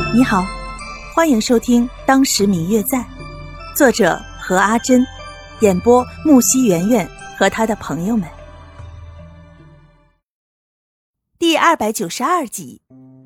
你好，欢迎收听《当时明月在》，作者何阿珍，演播木西圆圆和他的朋友们。第292集。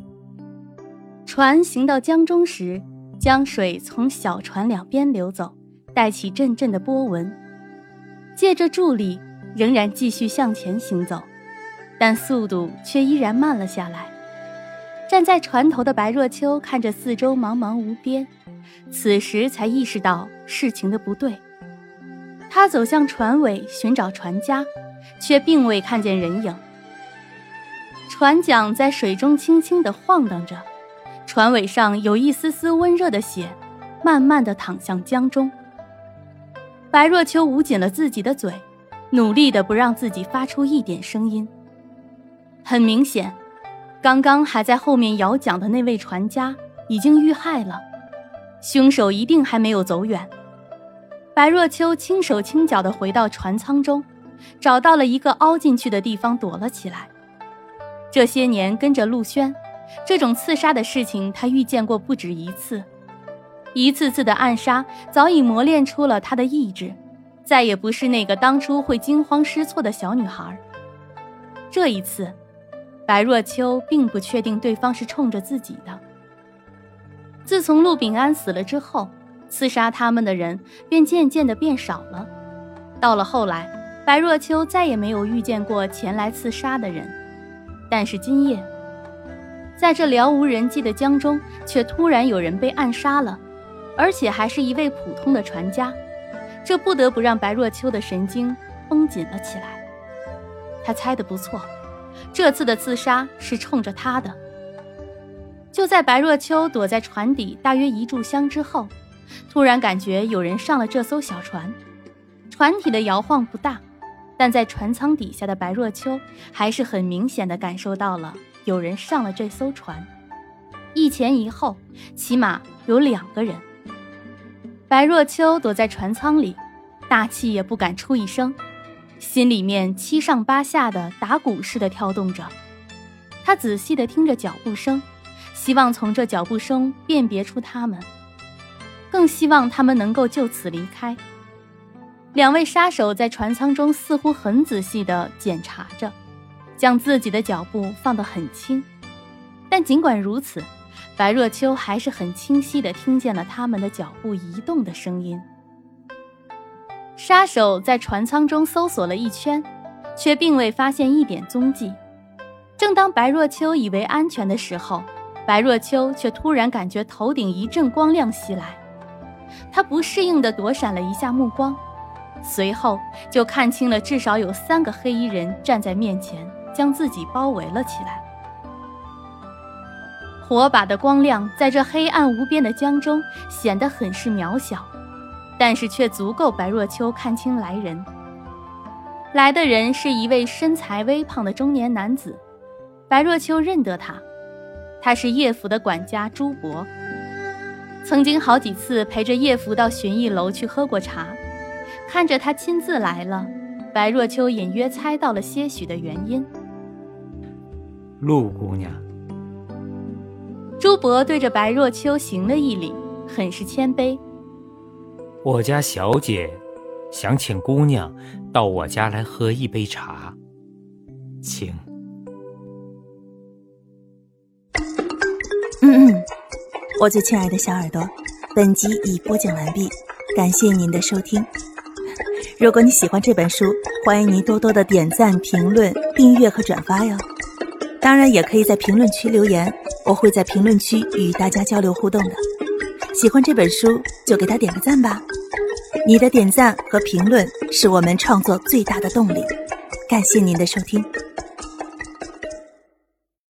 船行到江中时，江水从小船两边流走，带起阵阵的波纹。借着助力，仍然继续向前行走，但速度却依然慢了下来。站在船头的白若秋看着四周茫茫无边，此时才意识到事情的不对。他走向船尾寻找船家，却并未看见人影。船桨在水中轻轻地晃荡着，船尾上有一丝丝温热的血慢慢地淌向江中。白若秋捂紧了自己的嘴，努力地不让自己发出一点声音。很明显，刚刚还在后面摇桨的那位船家已经遇害了，凶手一定还没有走远。白若秋轻手轻脚地回到船舱中，找到了一个凹进去的地方躲了起来。这些年跟着陆轩，这种刺杀的事情他遇见过不止一次，一次次的暗杀早已磨练出了他的意志，再也不是那个当初会惊慌失措的小女孩。这一次白若秋并不确定对方是冲着自己的。自从陆秉安死了之后，刺杀他们的人便渐渐地变少了。到了后来，白若秋再也没有遇见过前来刺杀的人。但是今夜，在这了无人迹的江中，却突然有人被暗杀了，而且还是一位普通的船家。这不得不让白若秋的神经绷紧了起来。他猜得不错，这次的刺杀是冲着他的。就在白若秋躲在船底大约1炷香之后，突然感觉有人上了这艘小船。船体的摇晃不大，但在船舱底下的白若秋还是很明显地感受到了有人上了这艘船，一前一后，起码有2个人。白若秋躲在船舱里，大气也不敢出一声，心里面七上八下的打鼓似的跳动着。他仔细地听着脚步声，希望从这脚步声辨别出他们，更希望他们能够就此离开。2位杀手在船舱中似乎很仔细地检查着，将自己的脚步放得很轻。但尽管如此，白若秋还是很清晰地听见了他们的脚步移动的声音。杀手在船舱中搜索了一圈，却并未发现一点踪迹。正当白若秋以为安全的时候，白若秋却突然感觉头顶一阵光亮袭来。他不适应地躲闪了一下目光，随后就看清了至少有3个黑衣人站在面前，将自己包围了起来。火把的光亮在这黑暗无边的江中显得很是渺小，但是却足够白若秋看清来人。来的人是一位身材微胖的中年男子，白若秋认得他，他是叶福的管家朱博，曾经好几次陪着叶福到寻艺楼去喝过茶。看着他亲自来了，白若秋隐约猜到了些许的原因。 陆姑娘。 朱博对着白若秋行了一礼，很是谦卑。 我家小姐想请姑娘到我家来喝一杯茶，请。 我最亲爱的小耳朵，本集已播讲完毕，感谢您的收听。如果你喜欢这本书，欢迎您多多的点赞、评论、订阅和转发哟。当然也可以在评论区留言，我会在评论区与大家交流互动的。喜欢这本书就给它点个赞吧，你的点赞和评论是我们创作最大的动力。感谢您的收听。